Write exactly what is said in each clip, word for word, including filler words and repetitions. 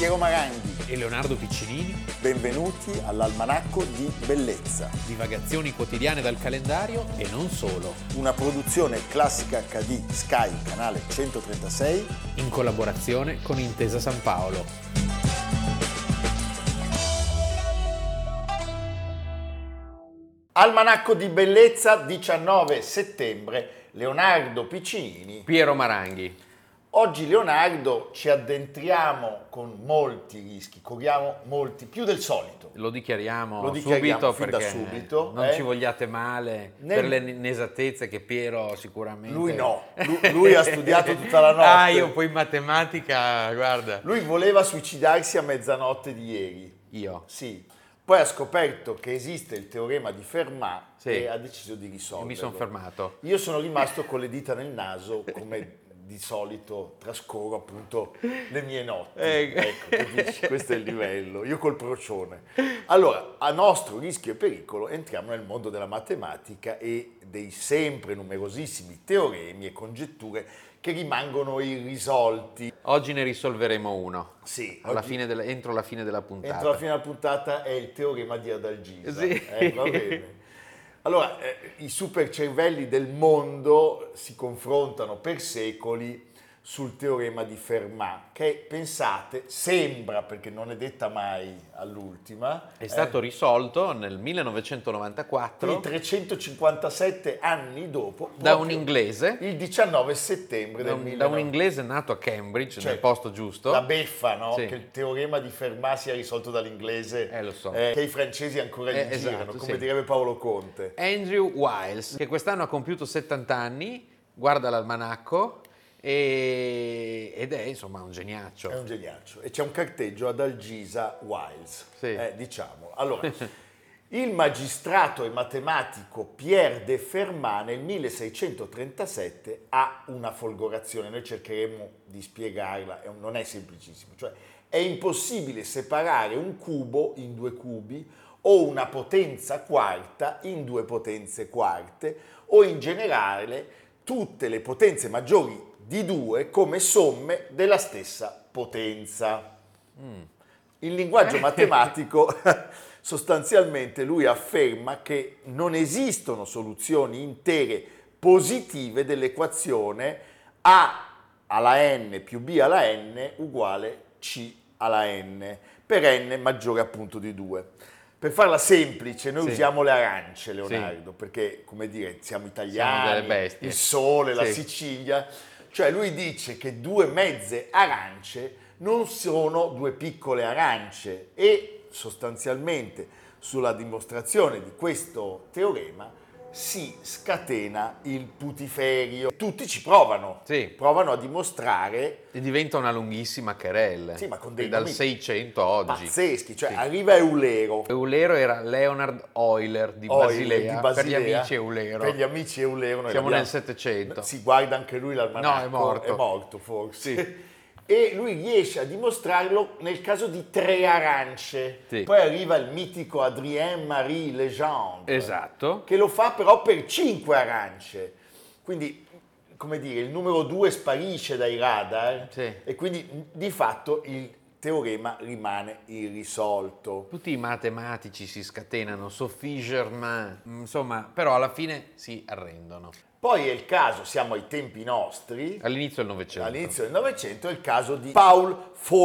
Piero Maranghi e Leonardo Piccinini. Benvenuti all'Almanacco di Bellezza. Divagazioni quotidiane dal calendario e non solo. Una produzione Classica acca di Sky, canale centotrentasei. In collaborazione con Intesa San Paolo. Almanacco di Bellezza, diciannove settembre. Leonardo Piccinini. Piero Maranghi. Oggi, Leonardo, ci addentriamo con molti rischi, corriamo molti, più del solito. Lo dichiariamo, Lo dichiariamo subito fin da perché subito, non eh. ci vogliate male Nel... per le inesattezze che Piero sicuramente... Lui no, lui, lui ha studiato tutta la notte. Ah, io poi in matematica, guarda. Lui voleva suicidarsi a mezzanotte di ieri. Io? Sì. Poi ha scoperto che esiste il teorema di Fermat, sì, e ha deciso di risolverlo. E mi sono fermato. Io sono rimasto con le dita nel naso, come di solito trascorro appunto le mie notti. Eh. Ecco, capisci? Questo è il livello. Io col procione. Allora, a nostro rischio e pericolo, entriamo nel mondo della matematica e dei sempre numerosissimi teoremi e congetture che rimangono irrisolti. Oggi ne risolveremo uno. Sì. Alla oggi, fine della, entro la fine della puntata. Entro la fine della puntata è il teorema di Adalgisa. Sì. Eh, va bene. Allora, eh, i supercervelli del mondo si confrontano per secoli sul teorema di Fermat, che, pensate, sembra, perché non è detta mai all'ultima, è stato eh, risolto nel millenovecentonovantaquattro, trecentocinquantasette anni dopo, da un inglese, il diciannove settembre da del un, millenovecento. da un inglese nato a Cambridge, cioè, nel posto giusto. La beffa, no? Sì. Che il teorema di Fermat sia risolto dall'inglese, eh, lo so. eh, che i francesi ancora gli Eh, girano, esatto, come sì. direbbe Paolo Conte. Andrew Wiles, che quest'anno ha compiuto settanta anni, guarda l'almanacco, e, ed è insomma un geniaccio. È un geniaccio. E c'è un carteggio ad Adalgisa Wiles, sì. eh, diciamo. Allora, il magistrato e matematico Pierre de Fermat nel milleseicentotrentasette ha una folgorazione, noi cercheremo di spiegarla, non è semplicissimo, cioè è impossibile separare un cubo in due cubi o una potenza quarta in due potenze quarte o in generale tutte le potenze maggiori di due come somme della stessa potenza. Mm. In linguaggio matematico sostanzialmente lui afferma che non esistono soluzioni intere positive dell'equazione A alla n più B alla n uguale C alla n, per n maggiore appunto di due. Per farla semplice, noi sì. usiamo le arance, Leonardo, sì. perché, come dire, siamo italiani, siamo delle bestie. Il sole, la sì. Sicilia. Cioè lui dice che due mezze arance non sono due piccole arance e sostanzialmente sulla dimostrazione di questo teorema si scatena il putiferio. Tutti ci provano, sì. provano a dimostrare. E diventa una lunghissima querelle. Sì, ma con dei dal seicento oggi. Pazzeschi, cioè sì. arriva Eulero. Eulero era Leonard Euler di Euler, Basilea, di Basilea, per gli amici Eulero. Per gli amici Eulero. Noi Siamo abbiamo... nel Settecento. Si guarda anche lui l'almanacco. No, è morto. È morto forse. Sì. E lui riesce a dimostrarlo nel caso di tre arance. Sì. Poi arriva il mitico Adrien-Marie Legendre. Esatto. Che lo fa però per cinque arance. Quindi, come dire, il numero due sparisce dai radar. Sì. E quindi, di fatto, il teorema rimane irrisolto. Tutti i matematici si scatenano, Sophie Germain, insomma, però alla fine si arrendono. Poi è il caso, siamo ai tempi nostri, all'inizio del Novecento, all'inizio del Novecento è il caso di Paul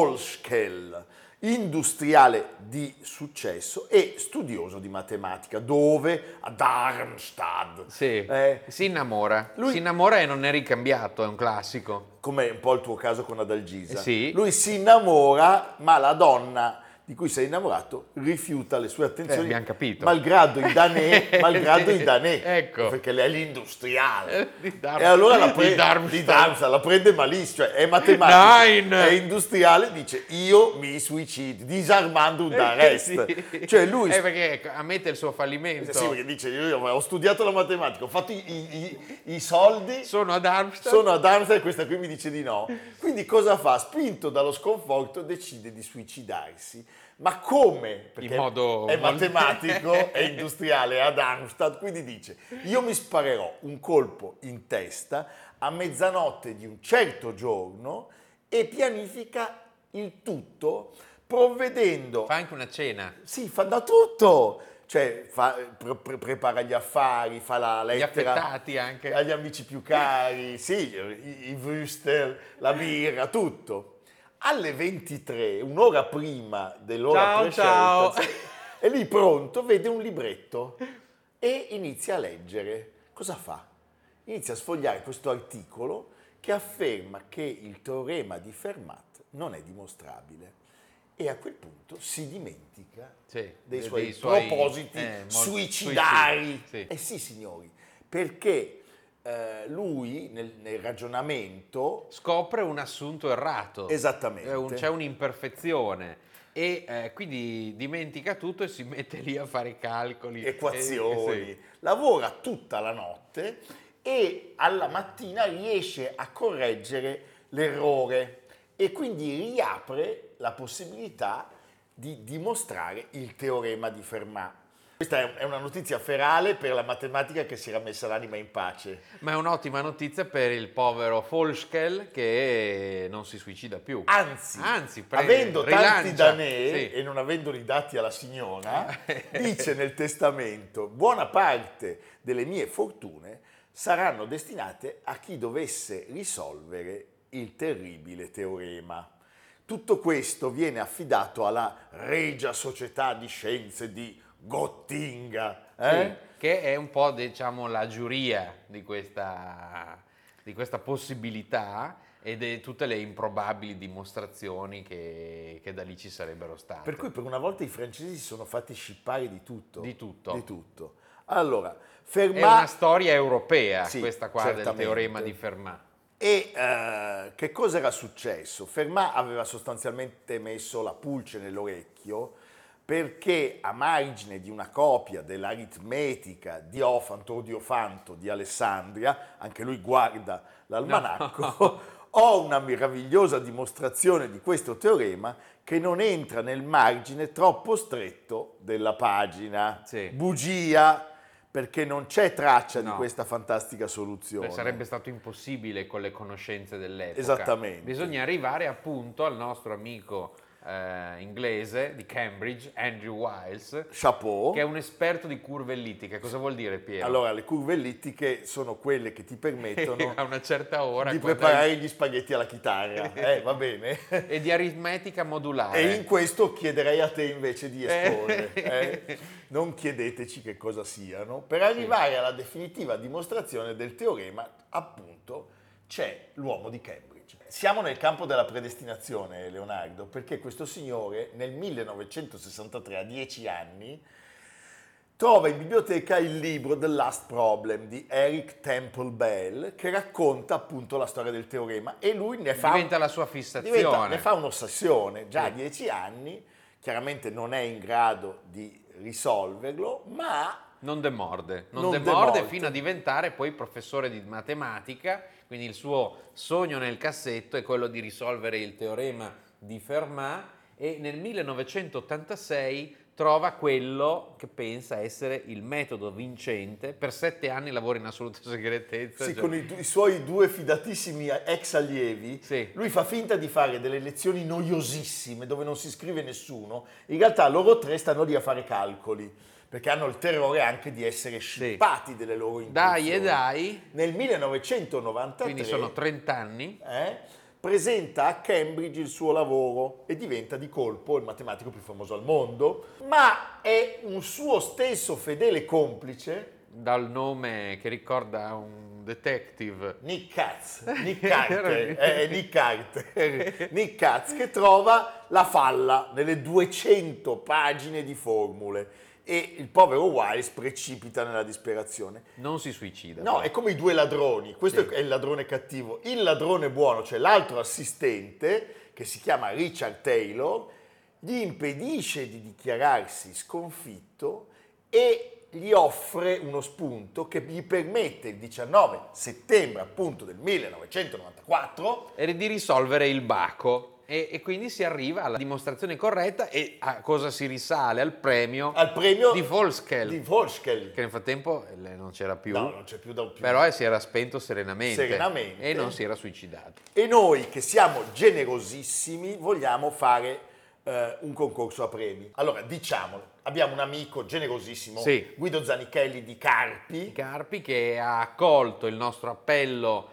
Volskel, industriale di successo e studioso di matematica, dove? A Darmstadt. Sì, eh, si innamora, lui, si innamora e non è ricambiato, è un classico. Come un po' il tuo caso con Adalgisa. Eh sì. Lui si innamora, ma la donna di cui sei innamorato rifiuta le sue attenzioni, eh, abbiamo capito. malgrado i danè, malgrado i danè, ecco. perché lei è l'industriale. Eh, Dar- e allora la, pre- di Darmstadt. di Darmstadt, la prende malissimo, cioè è matematico, Nine. è industriale, dice io mi suicido, disarmando un d'arrest. sì. Cioè lui... Eh, perché ammette il suo fallimento. Sì, perché dice io ho studiato la matematica, ho fatto i, i, i, i soldi, sono a Darmstadt, sono a Darmstadt e questa qui mi dice di no. Quindi cosa fa? Spinto dallo sconforto decide di suicidarsi. Ma come? Perché in modo è matematico, è industriale, è ad Darmstadt, quindi dice io mi sparerò un colpo in testa a mezzanotte di un certo giorno e pianifica il tutto provvedendo... Fa anche una cena. Sì, fa da tutto, cioè fa, pre- pre- prepara gli affari, fa la Gli lettera affettati anche. agli amici più cari, sì, i, i würstel, la birra, tutto. Alle ventitré, un'ora prima dell'ora Ciao, prescelta, ciao. è lì pronto, vede un libretto e inizia a leggere. Cosa fa? Inizia a sfogliare questo articolo che afferma che il teorema di Fermat non è dimostrabile e a quel punto si dimentica Sì, dei dei suoi suoi, propositi eh, mol- suicidari. suicidi, sì. Eh sì, signori, perché eh, lui nel, nel ragionamento... Scopre un assunto errato. Esattamente. È un- c'è un'imperfezione e eh, quindi dimentica tutto e si mette lì a fare i calcoli. equazioni, Eh, sì. lavora tutta la notte e alla mattina riesce a correggere l'errore e quindi riapre la possibilità di dimostrare il teorema di Fermat. Questa è una notizia ferale per la matematica che si era messa l'anima in pace. Ma è un'ottima notizia per il povero Folschkel che non si suicida più. Anzi, Anzi pre- avendo tanti rilancia, danè sì. e non avendoli dati alla signora, dice nel testamento: buona parte delle mie fortune saranno destinate a chi dovesse risolvere il terribile teorema. Tutto questo viene affidato alla Regia Società di Scienze di Gottinga. Eh? Sì, che è un po', diciamo, la giuria di questa, di questa possibilità e di tutte le improbabili dimostrazioni che, che da lì ci sarebbero state. Per cui per una volta i francesi si sono fatti scippare di tutto. Di tutto. Di tutto. Allora, È Fermat... una storia europea, Sì, questa qua certamente. del teorema di Fermat. E eh, che cosa era successo? Fermat aveva sostanzialmente messo la pulce nell'orecchio perché a margine di una copia dell'aritmetica di Diofanto o Diofanto di Alessandria, anche lui guarda l'almanacco, no. Ho una meravigliosa dimostrazione di questo teorema che non entra nel margine troppo stretto della pagina. Sì. Bugia! Perché non c'è traccia No. di questa fantastica soluzione. Beh, sarebbe stato impossibile con le conoscenze dell'epoca. Esattamente. Bisogna arrivare appunto al nostro amico eh, inglese di Cambridge, Andrew Wiles, Chapeau. che è un esperto di curve ellittiche. Cosa vuol dire, Piero? Allora, le curve ellittiche sono quelle che ti permettono a una certa ora di quando preparare hai- gli spaghetti alla chitarra, eh, va bene? e di aritmetica modulare. E in questo chiederei a te invece di esporre. Eh? Non chiedeteci che cosa siano. Per arrivare alla definitiva dimostrazione del teorema, appunto, c'è l'uomo di Cambridge. Siamo nel campo della predestinazione, Leonardo, perché questo signore nel millenovecentosessantatré, a dieci anni, trova in biblioteca il libro The Last Problem di Eric Temple Bell, che racconta appunto la storia del teorema e lui ne fa... Diventa la sua fissazione. Diventa, ne fa un'ossessione, già Sì. a dieci anni, chiaramente non è in grado di risolverlo, ma... Non demorde, non, Non demorde demorde. fino a diventare poi professore di matematica, quindi il suo sogno nel cassetto è quello di risolvere il teorema di Fermat e nel millenovecentottantasei trova quello che pensa essere il metodo vincente. Per sette anni lavora in assoluta segretezza. Sì, cioè- con i, i suoi due fidatissimi ex allievi, Sì. lui fa finta di fare delle lezioni noiosissime dove non si scrive nessuno, in realtà loro tre stanno lì a fare calcoli, perché hanno il terrore anche di essere scippati delle loro intuizioni. Dai e dai, Nel millenovecentonovantatré quindi sono trenta anni. eh, presenta a Cambridge il suo lavoro e diventa di colpo il matematico più famoso al mondo, ma è un suo stesso fedele complice, Dal nome che ricorda un detective. Nick Katz, Nick Carter, eh, Nick Carter, Nick Katz, che trova la falla nelle duecento pagine di formule e il povero Wiles precipita nella disperazione. Non si suicida. No, però. è come i due ladroni, questo Sì. è il ladrone cattivo, il ladrone buono, cioè l'altro assistente, che si chiama Richard Taylor, gli impedisce di dichiararsi sconfitto e gli offre uno spunto che gli permette il diciannove settembre appunto del millenovecentonovantaquattro E di risolvere il baco. e, e quindi si arriva alla dimostrazione corretta e a cosa si risale? Al premio, al premio di Volskel, di Volskel. che nel frattempo eh, non c'era più, no, non c'è più da più. però eh, si era spento serenamente, serenamente e non si era suicidato. E noi che siamo generosissimi vogliamo fare eh, un concorso a premi. Allora, diciamolo, abbiamo un amico generosissimo, Sì. Guido Zanichelli di Carpi. Carpi, che ha accolto il nostro appello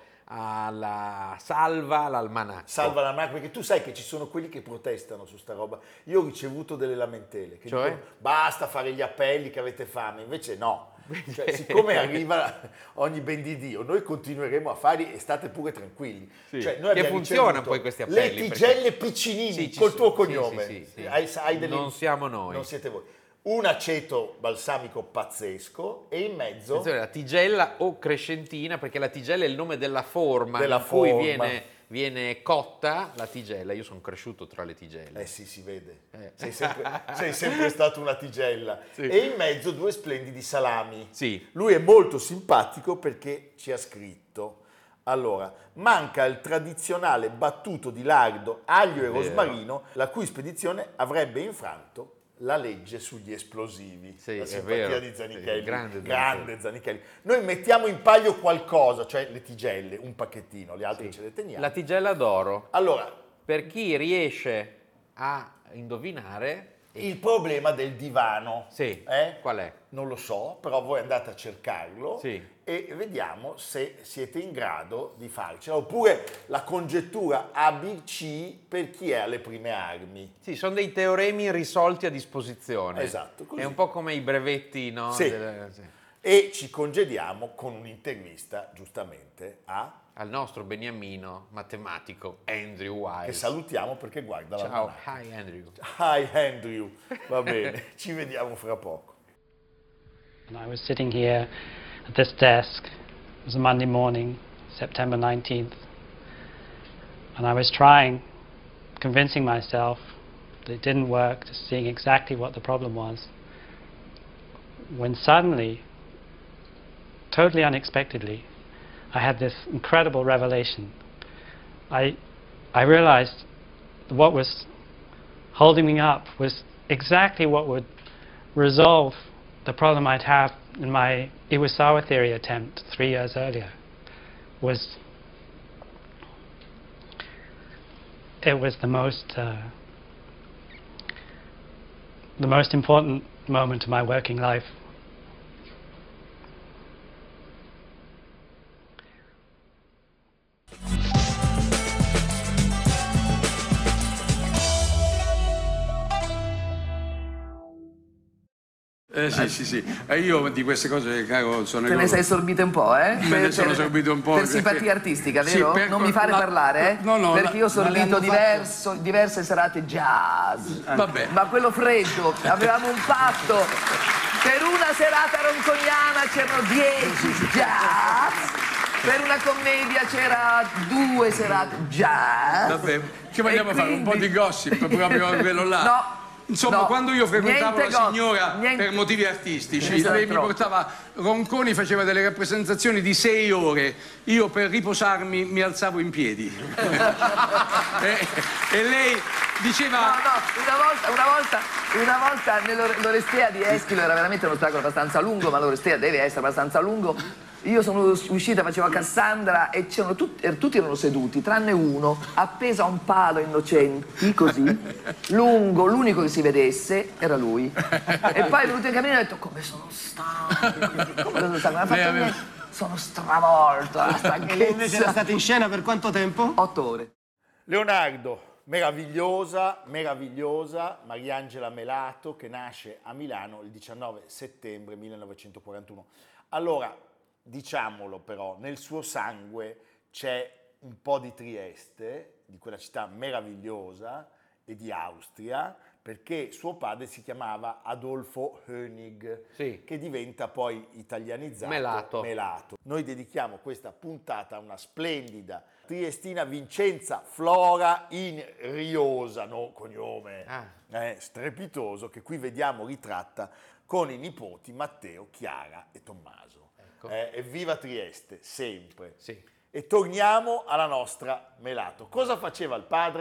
alla salva l'almanacco. Salva l'almanacco, perché tu sai che ci sono quelli che protestano su sta roba. Io ho ricevuto delle lamentele che Cioè? dicono basta fare gli appelli che avete fame, invece no. Cioè, siccome arriva ogni ben di Dio, noi continueremo a farli e state pure tranquilli. Sì. Cioè, noi che abbiamo funzionano poi questi appelli. Le tigelle perché... Piccinini sì, ci col so- tuo sì, cognome. sì, sì, sì. Hai, hai delle... Non siamo noi. Non siete voi. Un aceto balsamico pazzesco e in mezzo... Attenzione, la tigella o crescentina, perché la tigella è il nome della forma Della in cui forma. viene, viene cotta la tigella. Io sono cresciuto tra le tigelle. Eh sì, si vede. Eh. Sei, sempre, sei sempre stato una tigella. Sì. E in mezzo due splendidi salami. Sì. Lui è molto simpatico perché ci ha scritto: allora, manca il tradizionale battuto di lardo, aglio e Vero. rosmarino, la cui spedizione avrebbe infranto la legge sugli esplosivi. Sì, la è simpatia vero. di Zanichelli. Sì, grande grande Zanichelli. Noi mettiamo in palio qualcosa, cioè le tigelle, un pacchettino, le altre Sì. ce le teniamo. La tigella d'oro, Allora, per chi riesce a indovinare... il problema del divano. Sì, eh? qual è? Non lo so, però voi andate a cercarlo Sì. e vediamo se siete in grado di farcela. Oppure la congettura A B C per chi è alle prime armi. Sì, sono dei teoremi risolti a disposizione. Esatto, così. È un po' come i brevetti, no? Sì. Delle- sì. E ci congediamo con un'intervista, giustamente, a... Al nostro beniamino matematico Andrew Wiles. che salutiamo perché guarda la Ciao, hi Andrew. Hi Andrew, va bene, ci vediamo fra poco. And I was sitting here at this desk. It was a Monday morning, September nineteenth. And I was trying, convincing myself that it didn't work, just seeing exactly what the problem was. When suddenly, totally unexpectedly, I had this incredible revelation. I, I realized what was holding me up was exactly what would resolve the problem I'd have in my Iwasawa theory attempt three years earlier. Was it was the most uh, the most important moment of my working life. Eh sì, sì, sì. E io di queste cose, caro, sono... Te ne sei sorbite un po', eh? Me ne sono sorbito un po'. Per perché- simpatia artistica, Sì, vero? per- Non mi fare la- parlare, eh? No, no. Perché la- io ho sorbito ma le hanno diverso- diverse serate jazz. Vabbè. Ma quello freddo, avevamo un patto. Per una serata ronconiana c'erano dieci jazz. Per una commedia c'era due serate jazz. Vabbè, che vogliamo E fare? Un po' quindi- di gossip, proprio quello là. No. Insomma, no, quando io frequentavo niente la go- signora niente- per motivi artistici, Esatto. lei mi portava ronconi, faceva delle rappresentazioni di sei ore. Io per riposarmi mi alzavo in piedi. e, e lei diceva... No, no, una volta, una volta, una volta nell'Orestea di Eschilo era veramente uno spettacolo abbastanza lungo, ma l'Orestea deve essere abbastanza lungo. Io sono uscita, facevo Cassandra e c'erano tutti, er- tutti erano seduti, tranne uno, appeso a un palo innocenti, così, lungo, l'unico che si vedesse era lui. E poi è venuto in cabina e ha detto, come sono stanco, come sono stanco, non ha fatto Lei aveva- niente, sono stravolto, la E lei invece era stanchezza. stata in scena per quanto tempo? Otto ore. Leonardo, meravigliosa, meravigliosa Mariangela Melato, che nasce a Milano il diciannove settembre millenovecentoquarantuno. Allora, diciamolo però, nel suo sangue c'è un po' di Trieste, di quella città meravigliosa, e di Austria, perché suo padre si chiamava Adolfo Hönig, Sì. che diventa poi italianizzato Melato. Melato. Noi dedichiamo questa puntata a una splendida triestina, Vincenza Flora in Riosa, no, cognome Ah. eh, strepitoso, che qui vediamo ritratta con i nipoti Matteo, Chiara e Tommaso. Ecco. Eh, evviva Trieste, sempre. Sì. E torniamo alla nostra Melato. Cosa faceva il padre?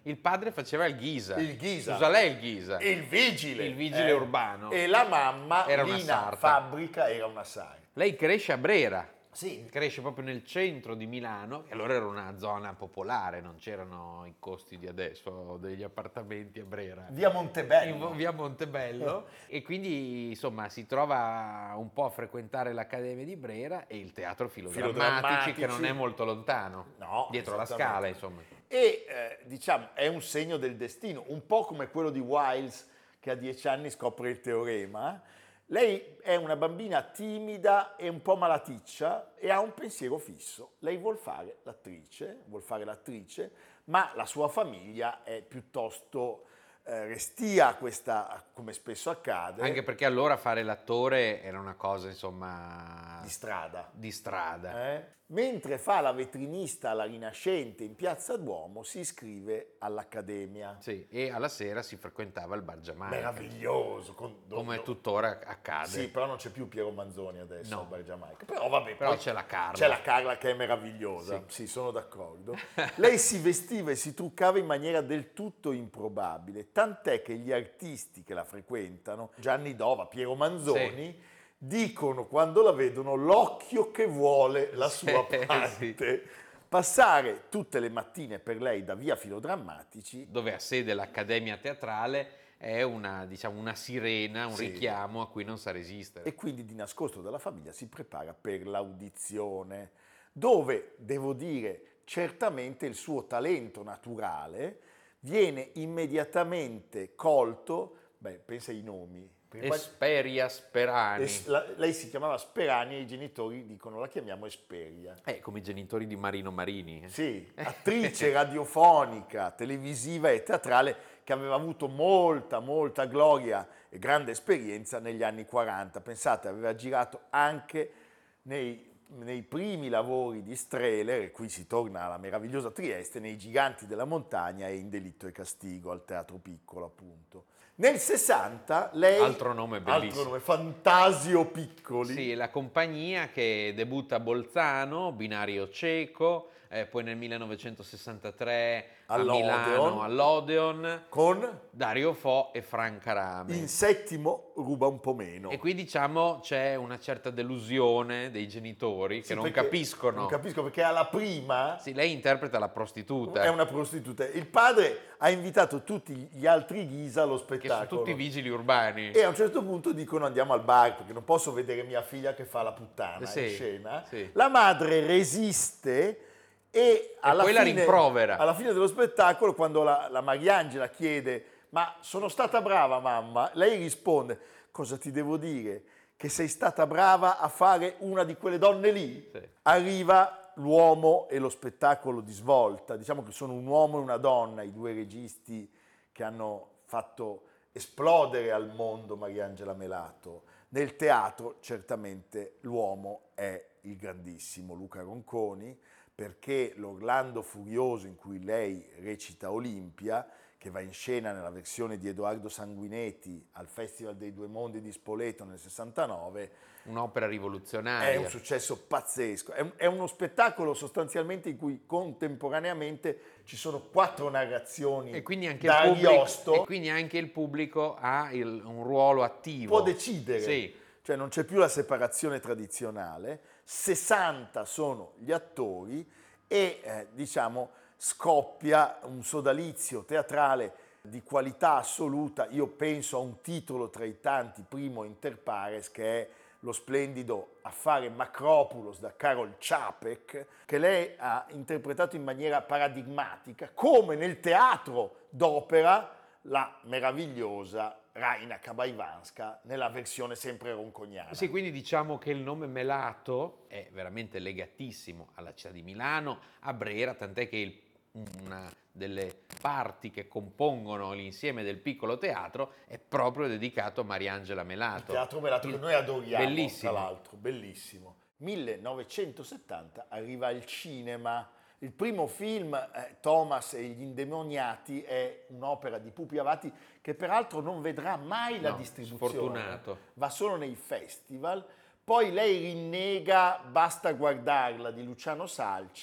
Il padre faceva il ghisa. Il ghisa. Usa lei il ghisa. Il vigile. Il vigile urbano. E la mamma, Era una Lina sarta. Fabbrica, era una sarta. Lei cresce a Brera. Sì. Cresce proprio nel centro di Milano, che allora era una zona popolare, non c'erano i costi di adesso degli appartamenti a Brera. Via Montebello. In via Montebello. E quindi insomma si trova un po' a frequentare l'Accademia di Brera e il Teatro Filodrammatici, Filodrammatici. che non è molto lontano, No, dietro la esattamente. scala insomma. E eh, diciamo è un segno del destino, un po' come quello di Wiles che a dieci anni scopre il teorema. Lei è una bambina timida e un po' malaticcia e ha un pensiero fisso. Lei vuol fare l'attrice, vuol fare l'attrice, ma la sua famiglia è piuttosto eh, restia a questa, come spesso accade, Anche perché allora fare l'attore era una cosa insomma di strada. di strada. Eh? Mentre fa la vetrinista alla Rinascente in Piazza Duomo, si iscrive all'Accademia. Sì, e alla sera si frequentava il bar Giamaica, Meraviglioso. Con, come do- tuttora accade. Sì, però non c'è più Piero Manzoni adesso No. al Bar Giamaica. Però vabbè, Però poi c'è la Carla. C'è la Carla che è meravigliosa. Sì, sono d'accordo. Lei si vestiva e si truccava in maniera del tutto improbabile, tant'è che gli artisti che la frequentano, Gianni Dova, Piero Manzoni, dicono quando la vedono l'occhio che vuole la sua Sì, parte. Passare tutte le mattine per lei da via Filodrammatici, Dove ha sede l'Accademia Teatrale, è una, diciamo, una sirena, un Sì. richiamo a cui non sa resistere. e quindi di nascosto dalla famiglia si prepara per l'audizione, dove, devo dire, certamente il suo talento naturale viene immediatamente colto. Beh, pensa ai nomi. Prima- Esperia Sperani. Es- la- lei si chiamava Sperani e i genitori dicono la chiamiamo Esperia. Eh, come i genitori di Marino Marini. eh. Sì, attrice radiofonica, televisiva e teatrale che aveva avuto molta, molta gloria e grande esperienza negli anni quaranta. Pensate, aveva girato anche nei, nei primi lavori di Strehler, e qui si torna alla meravigliosa Trieste, nei Giganti della Montagna e in Delitto e Castigo, al Teatro Piccolo appunto. Nel sessanta lei... Altro nome bellissimo. Altro nome, Fantasio Piccoli. Sì, la compagnia che debutta a Bolzano, binario cieco, eh, poi nel millenovecentosessantatré a All'Odeon. Milano all'Odeon, Con Dario Fo e Franca Rame. in settimo ruba un po' meno. E qui diciamo c'è una certa delusione dei genitori che Sì, non perché- capiscono. Non capisco perché alla prima Sì, lei interpreta la prostituta, è una prostituta. Il padre ha invitato tutti gli altri ghisa allo che sono spettacolo. tutti vigili urbani. E a un certo punto dicono andiamo al bar perché non posso vedere mia figlia che fa la puttana Sì, in scena. sì. La madre resiste e, alla poi la fine, rimprovera. alla fine dello spettacolo, quando la, la Mariangela chiede ma sono stata brava mamma, lei risponde cosa ti devo dire? Che sei stata brava a fare una di quelle donne lì? Sì. Arriva l'uomo e lo spettacolo di svolta. Diciamo che sono un uomo e una donna, i due registi che hanno fatto esplodere al mondo Mariangela Melato. Nel teatro certamente l'uomo è il grandissimo Luca Ronconi, perché l'Orlando Furioso in cui lei recita Olimpia, che va in scena nella versione di Edoardo Sanguinetti al Festival dei Due Mondi di Spoleto nel sessantanove, Un'opera rivoluzionaria. è un successo pazzesco. È, un- è uno spettacolo sostanzialmente in cui contemporaneamente ci sono quattro narrazioni E quindi anche, da il pubblico, Ariosto. e quindi anche il pubblico ha il- un ruolo attivo. Può decidere, Sì. cioè non c'è più la separazione tradizionale, sessanta sono gli attori e eh, diciamo scoppia un sodalizio teatrale di qualità assoluta. Io penso a un titolo tra i tanti, Primo Inter pares, che è lo splendido Affare Macropulos da Karol Čapek, che lei ha interpretato in maniera paradigmatica, come nel teatro d'opera la meravigliosa Raina Kabaivanska nella versione sempre ronconiana. Sì, quindi diciamo che il nome Melato è veramente legatissimo alla città di Milano, a Brera, tant'è che il- una delle parti che compongono l'insieme del piccolo teatro è proprio dedicato a Mariangela Melato. Il teatro Melato che Il- noi adoriamo, Bellissimo. tra l'altro, bellissimo. millenovecentosettanta arriva al cinema. Il primo film, eh, Thomas e gli indemoniati, è un'opera di Pupi Avati che peraltro non vedrà mai la No, distribuzione. sfortunato. Va solo nei festival. Poi lei rinnega Basta guardarla di Luciano Salce,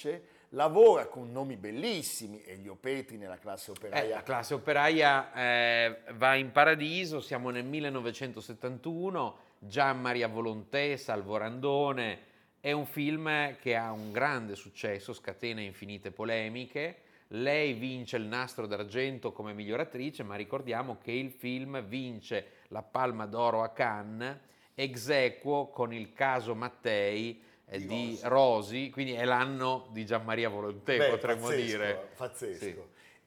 lavora con nomi bellissimi, Elio Petri nella classe Eh, operaia. la classe operaia eh, va in paradiso, siamo nel millenovecentosettantuno, Gian Maria Volonté, Salvo Randone, è un film che ha un grande successo, scatena infinite polemiche, lei vince il Nastro d'Argento come miglior attrice, ma ricordiamo che il film vince la Palma d'Oro a Cannes, ex aequo con Il caso Mattei eh, Di di Rosi. Rosi, quindi è l'anno di Gian Maria Volonté, Beh, potremmo pazzesco, dire. Pazzesco. Sì.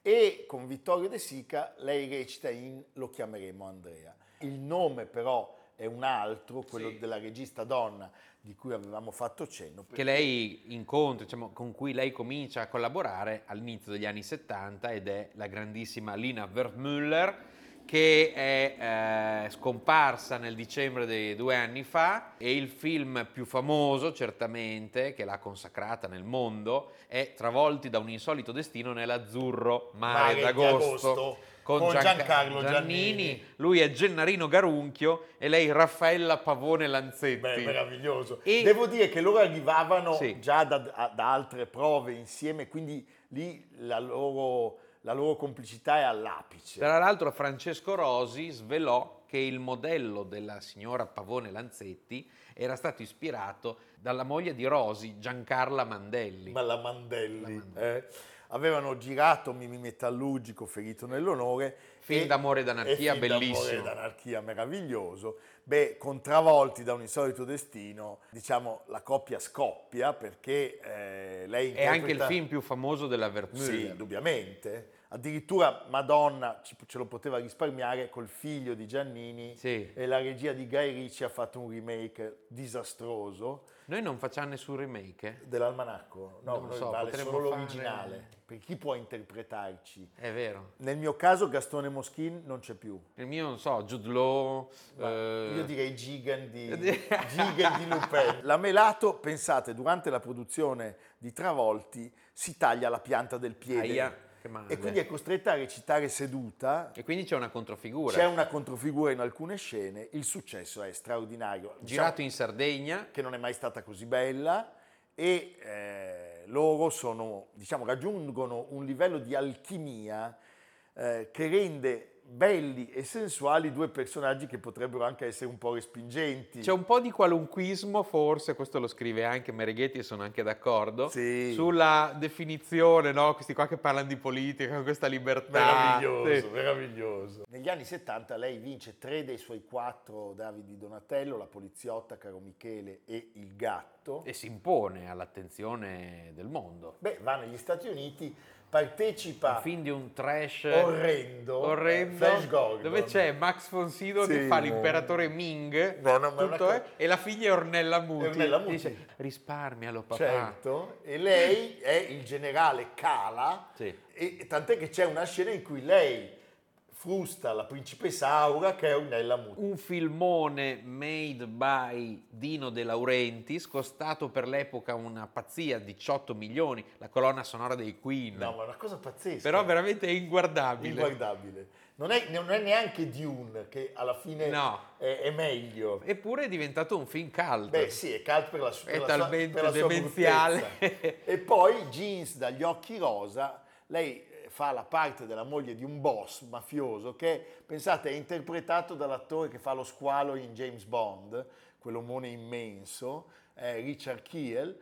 E con Vittorio De Sica lei recita in Lo chiameremo Andrea. Il nome però è un altro, quello Sì. della regista donna di cui avevamo fatto cenno. Che lei incontra, diciamo, con cui lei comincia a collaborare all'inizio degli anni settanta ed è la grandissima Lina Wertmüller, che è eh, scomparsa nel dicembre di due anni fa, e il film più famoso certamente che l'ha consacrata nel mondo è Travolti da un insolito destino nell'azzurro mare, Mare di d'agosto agosto, con, con Gianca- Giancarlo Giannini. Giannini. Lui è Gennarino Garunchio e lei Raffaella Pavone Lanzetti. Beh, meraviglioso. E- Devo dire che loro arrivavano Sì. già da, da altre prove insieme, quindi lì la loro, la loro complicità è all'apice. Tra l'altro Francesco Rosi svelò che il modello della signora Pavone Lanzetti era stato ispirato dalla moglie di Rosi, Giancarla Mandelli. Ma la Mandelli. La Mandelli. eh. Avevano girato Mimi Metallurgico, Ferito nell'onore. Film e- d'amore ed anarchia, e film bellissimo. d'amore ed anarchia, meraviglioso. Beh, con Travolti da un insolito destino, diciamo, la coppia scoppia perché eh, lei È anche il interpreta- film più famoso della Sì, Wertmüller. indubbiamente. Addirittura Madonna ci- ce lo poteva risparmiare col figlio di Giannini, Sì. e la regia di Guy Ritchie ha fatto un remake disastroso Noi non facciamo nessun remake, eh? dell'Almanacco. No, Non lo noi so, vale potremmo solo fare- l'originale. Per chi può interpretarci? È vero. Nel mio caso Gastone Moschin non c'è più. Il mio, non so, Jude Law, Ma eh, Io direi Gigan di, Gigan di Lupin. La Melato, pensate, durante la produzione di Travolti si taglia la pianta del piede. Aia, che male. E quindi è costretta a recitare seduta. E quindi c'è una controfigura. C'è una controfigura in alcune scene, il successo è straordinario. Girato Diciamo in Sardegna. che non è mai stata così bella, e eh, loro sono, diciamo, raggiungono un livello di alchimia eh, che rende belli e sensuali due personaggi che potrebbero anche essere un po' respingenti. C'è un po' di qualunquismo, forse, questo lo scrive anche Mereghetti e sono anche d'accordo, Sì. sulla definizione, no? Questi qua che parlano di politica, con questa libertà. Meraviglioso, Sì. meraviglioso. Negli anni settanta lei vince tre dei suoi quattro David di Donatello, La poliziotta, Caro Michele e Il gatto. E si impone all'attenzione del mondo. Beh, va negli Stati Uniti, partecipa Un film di un trash orrendo, orrendo, eh, Flash Gordon. dove c'è Max von Sydow che Sì, fa no. l'imperatore Ming, No, no, ma è una tutto, cosa- eh, e la figlia è Ornella Muti. Ornella Muti. Dice, risparmialo papà. Certo, e lei è il generale Cala, Sì. e tant'è che c'è una scena in cui lei frusta la principessa Aura, che è Ornella Muti. Un filmone made by Dino De Laurentiis, costato per l'epoca una pazzia, diciotto milioni, la colonna sonora dei Queen. No, ma è una cosa pazzesca. Però veramente è inguardabile. inguardabile. Non è, non è neanche Dune, che alla fine No. è, è meglio. Eppure è diventato un film cult. Beh sì, è cult per la, su- È per la sua, talmente per la sua demenziale. bruttezza. E poi Jeans dagli occhi rosa, lei eh, fa la parte della moglie di un boss mafioso che, pensate, è interpretato dall'attore che fa lo squalo in James Bond, quell'omone immenso, eh, Richard Kiel,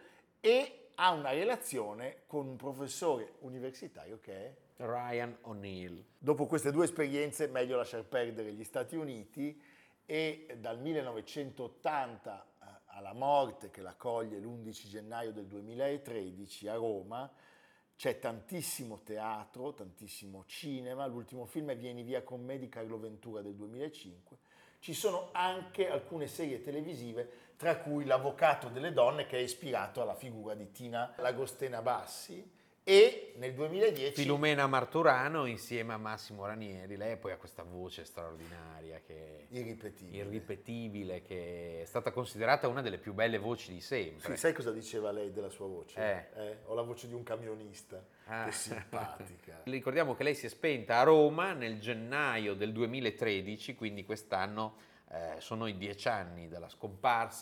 e ha una relazione con un professore universitario che è... Ryan O'Neill. Dopo queste due esperienze meglio lasciar perdere gli Stati Uniti, e dal millenovecentottanta eh, alla morte, che la coglie l'undici gennaio del duemilatredici a Roma, c'è tantissimo teatro, tantissimo cinema. L'ultimo film è Vieni via con me di Carlo Ventura del duemilacinque. Ci sono anche alcune serie televisive, tra cui L'Avvocato delle donne, che è ispirato alla figura di Tina Lagostena Bassi, e nel duemiladieci Filumena Marturano insieme a Massimo Ranieri. Lei poi ha questa voce straordinaria, che irripetibile. irripetibile, che è stata considerata una delle più belle voci di sempre. Sì, sai cosa diceva lei della sua voce? Eh. Eh, Ho la voce di un camionista, Ah. che simpatica. Ricordiamo che lei si è spenta a Roma nel gennaio del duemilatredici, quindi quest'anno eh, sono i dieci anni dalla scomparsa.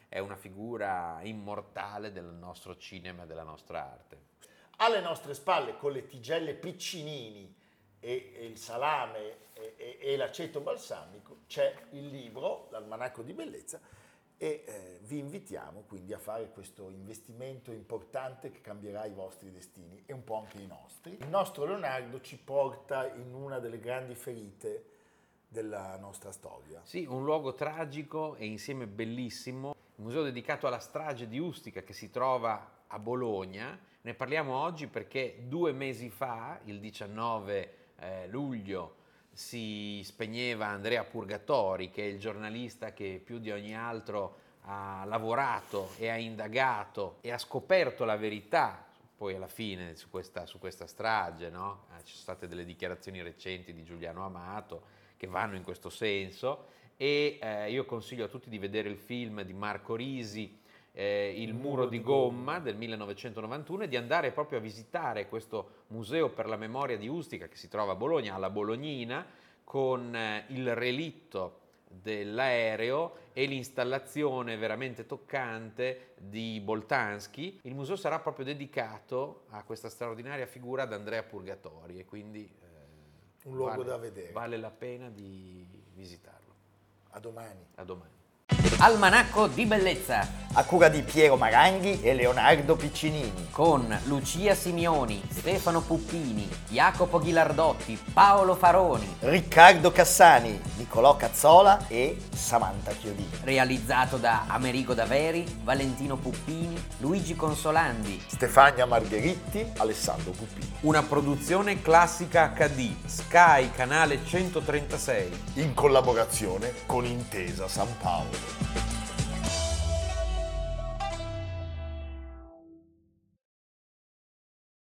è una figura immortale del nostro cinema e della nostra arte. Alle nostre spalle, con le tigelle piccinini e, e il salame e, e, e l'aceto balsamico, c'è il libro, l'Almanacco di Bellezza, e eh, vi invitiamo quindi a fare questo investimento importante che cambierà i vostri destini e un po' anche i nostri. Il nostro Leonardo ci porta in una delle grandi ferite della nostra storia. Sì, un luogo tragico e insieme bellissimo, il museo dedicato alla strage di Ustica che si trova a Bologna. Ne parliamo oggi perché due mesi fa, il diciannove eh, luglio, si spegneva Andrea Purgatori, che è il giornalista che più di ogni altro ha lavorato e ha indagato e ha scoperto la verità poi alla fine su questa, su questa strage, no? Eh, ci sono state delle dichiarazioni recenti di Giuliano Amato che vanno in questo senso, e eh, io consiglio a tutti di vedere il film di Marco Risi, Eh, il muro di gomma del millenovecentonovantuno, e di andare proprio a visitare questo museo per la memoria di Ustica che si trova a Bologna, alla Bolognina, con eh, il relitto dell'aereo e l'installazione veramente toccante di Boltanski. Il museo sarà proprio dedicato a questa straordinaria figura di Andrea Purgatori, e quindi eh, un luogo vale, da vedere. Vale la pena di visitarlo. A domani. A domani. Almanacco di Bellezza, a cura di Piero Maranghi e Leonardo Piccinini, con Lucia Simioni, Stefano Puppini, Jacopo Ghilardotti, Paolo Faroni, Riccardo Cassani, Nicolò Cazzola e Samantha Chiodini. Realizzato da Amerigo Daveri, Valentino Puppini, Luigi Consolandi, Stefania Margheritti, Alessandro Puppini. Una produzione Classica acca di, Sky, canale centotrentasei. In collaborazione con Intesa San Paolo.